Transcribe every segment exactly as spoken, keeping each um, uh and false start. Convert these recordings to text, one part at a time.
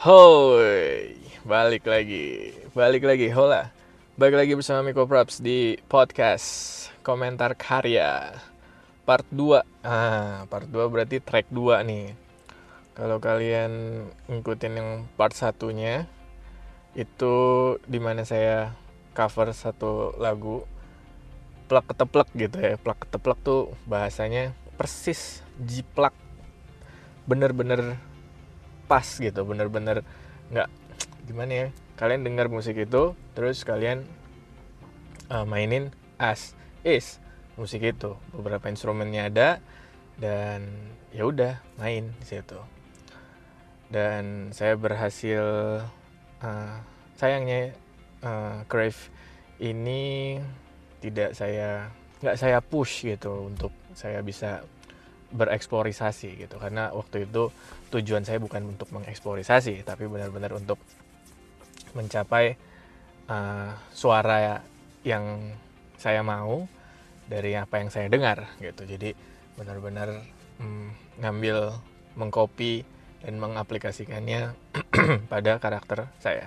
Hoi, balik lagi, balik lagi, hola, balik lagi bersama Miko Props di podcast Komentar Karya part dua. Ah, part dua berarti track dua nih. Kalau kalian ngikutin yang part satunya, itu dimana saya cover satu lagu plak keteplek gitu ya. Plak keteplek tuh bahasanya persis jiplak, bener-bener pas gitu, bener-bener nggak gimana ya, kalian dengar musik itu terus kalian uh, mainin as is musik itu, beberapa instrumennya ada dan ya udah main di situ. Dan saya berhasil, uh, sayangnya uh, Crave ini tidak saya nggak saya push gitu untuk saya bisa bereksplorisasi gitu, karena waktu itu tujuan saya bukan untuk mengeksplorisasi tapi benar-benar untuk mencapai uh, suara yang saya mau dari apa yang saya dengar gitu. Jadi benar-benar mm, ngambil, mengcopy dan mengaplikasikannya pada karakter saya.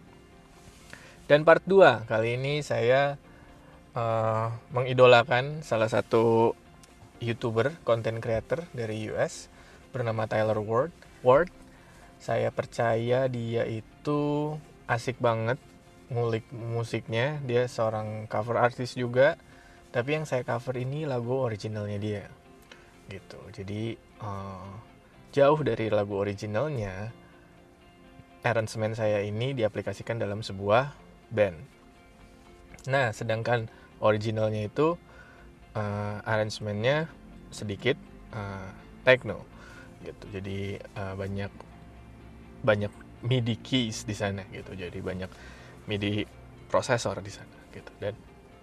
Dan part dua kali ini saya uh, mengidolakan salah satu YouTuber, content creator dari U S bernama Tyler Ward. Ward, saya percaya dia itu asik banget ngulik musiknya. Dia seorang cover artist juga, tapi yang saya cover ini lagu originalnya dia, gitu. Jadi uh, jauh dari lagu originalnya, arrangement saya ini diaplikasikan dalam sebuah band. Nah, sedangkan originalnya itu Uh, arrangementnya sedikit uh, techno gitu. Jadi uh, banyak banyak MIDI keys di sana gitu. Jadi banyak MIDI prosesor di sana gitu. Dan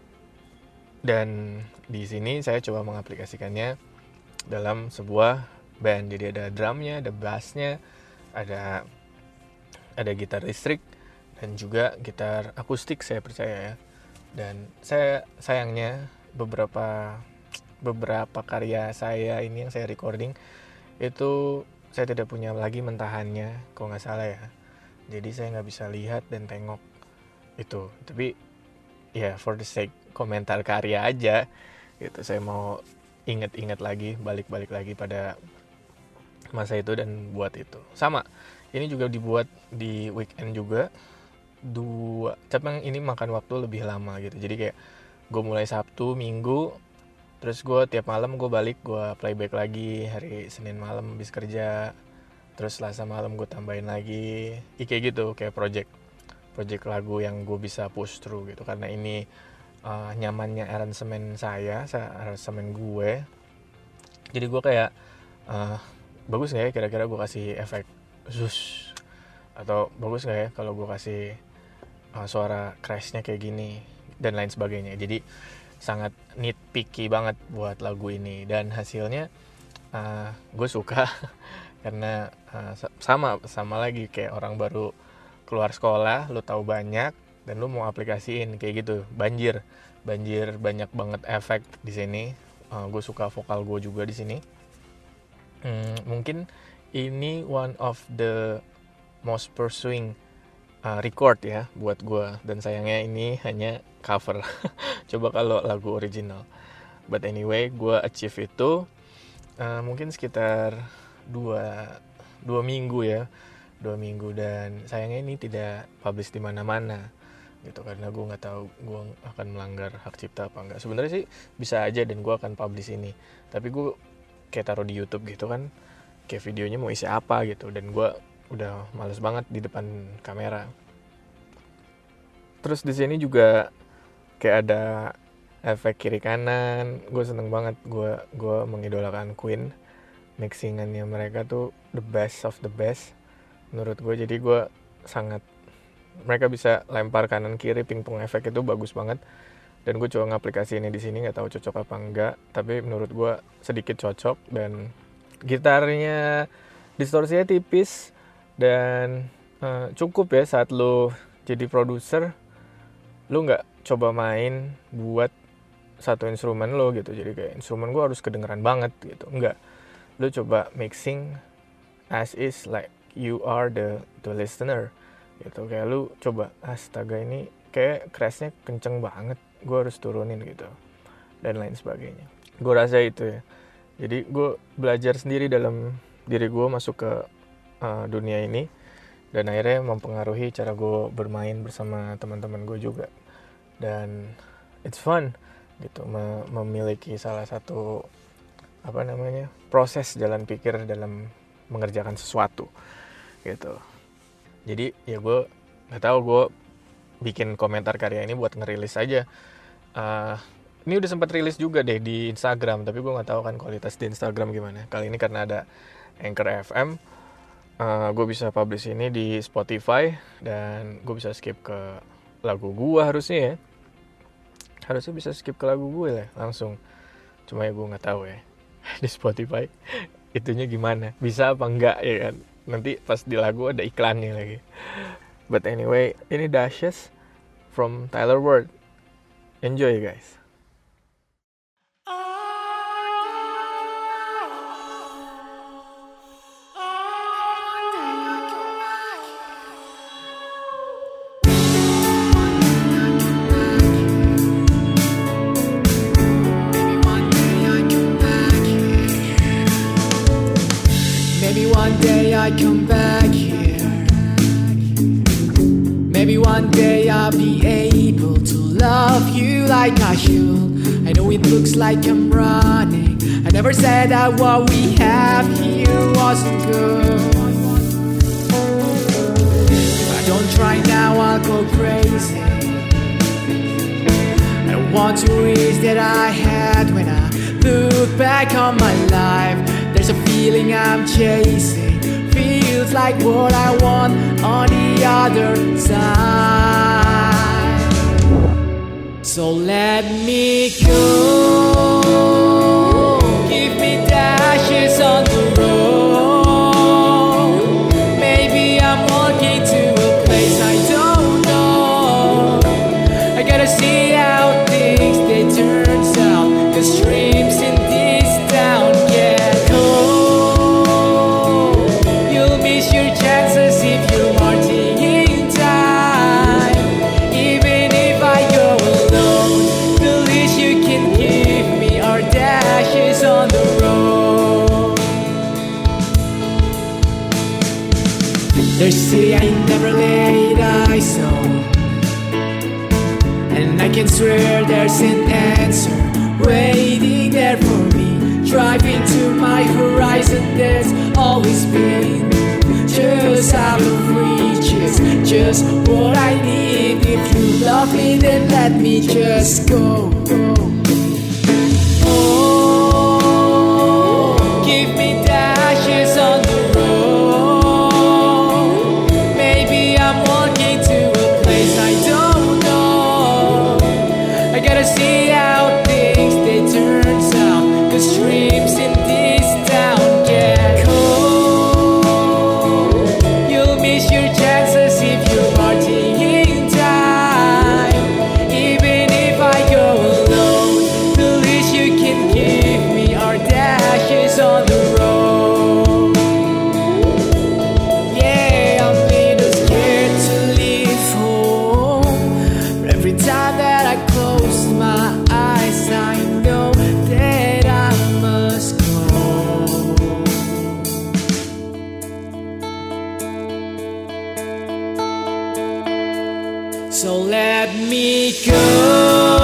dan di sini saya coba mengaplikasikannya dalam sebuah band. Jadi ada drumnya, ada bassnya, ada ada gitar listrik dan juga gitar akustik, saya percaya ya. Dan saya sayangnya beberapa beberapa karya saya ini yang saya recording itu saya tidak punya lagi mentahannya, kalau nggak salah ya. Jadi saya nggak bisa lihat dan tengok itu. Tapi ya for the sake komentar karya aja gitu, saya mau inget-inget lagi, balik-balik lagi pada masa itu dan buat itu. Sama, ini juga dibuat di weekend juga. Dua, tapi ini makan waktu lebih lama gitu. Jadi kayak gue mulai Sabtu, Minggu, terus gue tiap malam gue balik, gue playback lagi hari Senin malam habis kerja, terus Selasa malam gue tambahin lagi, ya, kayak gitu, kayak project project lagu yang gue bisa push through gitu. Karena ini uh, nyamannya arrangement saya, arrangement gue, jadi gue kayak uh, bagus nggak ya kira-kira gue kasih efek zus, atau bagus nggak ya kalau gue kasih uh, suara crashnya kayak gini dan lain sebagainya. Jadi sangat nitpicky banget buat lagu ini, dan hasilnya uh, gue suka karena uh, sama sama lagi kayak orang baru keluar sekolah, lu tahu banyak dan lu mau aplikasiin kayak gitu, banjir banjir banyak banget efek di sini. Uh, gue suka vokal gue juga di sini. Hmm, mungkin ini one of the most pursuing uh, record ya buat gue, dan sayangnya ini hanya cover. Coba kalau lagu original. But anyway, gue achieve itu uh, mungkin sekitar dua dua minggu ya, dua minggu dan sayangnya ini tidak publish di mana-mana gitu, karena gue nggak tahu gue akan melanggar hak cipta apa enggak. Sebenarnya sih bisa aja dan gue akan publish ini, tapi gue kayak taruh di YouTube gitu kan, kayak videonya mau isi apa gitu, dan gue udah males banget di depan kamera. Terus di sini juga kayak ada efek kiri kanan. Gue seneng banget, gue gue mengidolakan Queen. Mixingannya mereka tuh the best of the best menurut gue. Jadi gue sangat, mereka bisa lempar kanan kiri, pingpong efek itu bagus banget. Dan gue coba ngaplikasiinnya di sini, nggak tahu cocok apa enggak, tapi menurut gue sedikit cocok. Dan gitarnya distorsinya tipis dan uh, cukup ya saat lo jadi produser, lo nggak coba main buat satu instrumen lo gitu. Jadi kayak instrumen gue harus kedengeran banget gitu, enggak. Lo coba mixing as is, like you are the the listener gitu. Kayak lu coba, astaga ini kayak crashnya kenceng banget, gue harus turunin gitu, dan lain sebagainya. Gue rasa itu ya. Jadi gue belajar sendiri dalam diri gue masuk ke uh, dunia ini, dan akhirnya mempengaruhi cara gue bermain bersama teman-teman gue juga. Dan it's fun gitu, mem- memiliki salah satu apa namanya proses jalan pikir dalam mengerjakan sesuatu gitu. Jadi ya gue nggak tahu, gue bikin komentar karya ini buat ngerilis aja. Uh, ini udah sempat rilis juga deh di Instagram, tapi gue nggak tahu kan kualitas di Instagram gimana. Kali ini karena ada Anchor F M, uh, gue bisa publish ini di Spotify, dan gue bisa skip ke lagu gue harusnya ya. Harusnya bisa skip ke lagu gue lah langsung. Cuma ya gue nggak tahu ya di Spotify itunya gimana, bisa apa enggak ya kan. Nanti pas di lagu ada iklannya lagi. But anyway, ini Dashes from Tyler Ward. Enjoy guys. One day I come back here. Maybe one day I'll be able to love you like I should. I know it looks like I'm running. I never said that what we have here wasn't good. If I don't try now, I'll go crazy. I don't want to wish that I had when I look back on my life. There's a feeling I'm chasing. Feels like what I want on the other side. So let me go. Give me dashes on the road. Maybe I'm walking to a place I don't know. I gotta see how things they turn out. 'Cause dreams in this town get cold. You'll miss your chances if you're marching in time. Even if I go alone, the least you can give me are dashes on the road. There's a city I never laid eyes on, and I can swear there's an answer waiting there for me. Driving to my horizon, there's always been just out of reach. It's just what I need. If you love me, then let me just go. Oh, give me dashes on the road. Maybe I'm walking to a place I don't know. I gotta see how things they turn out. 'Cause dreams in this town get cold. You'll miss your chances if you're marching in time. Even if I go alone, the least you can give me are dashes on the road. Yeah, I'm little scared to leave home. But every time that I close my eyes, I know that I must go. So let me go.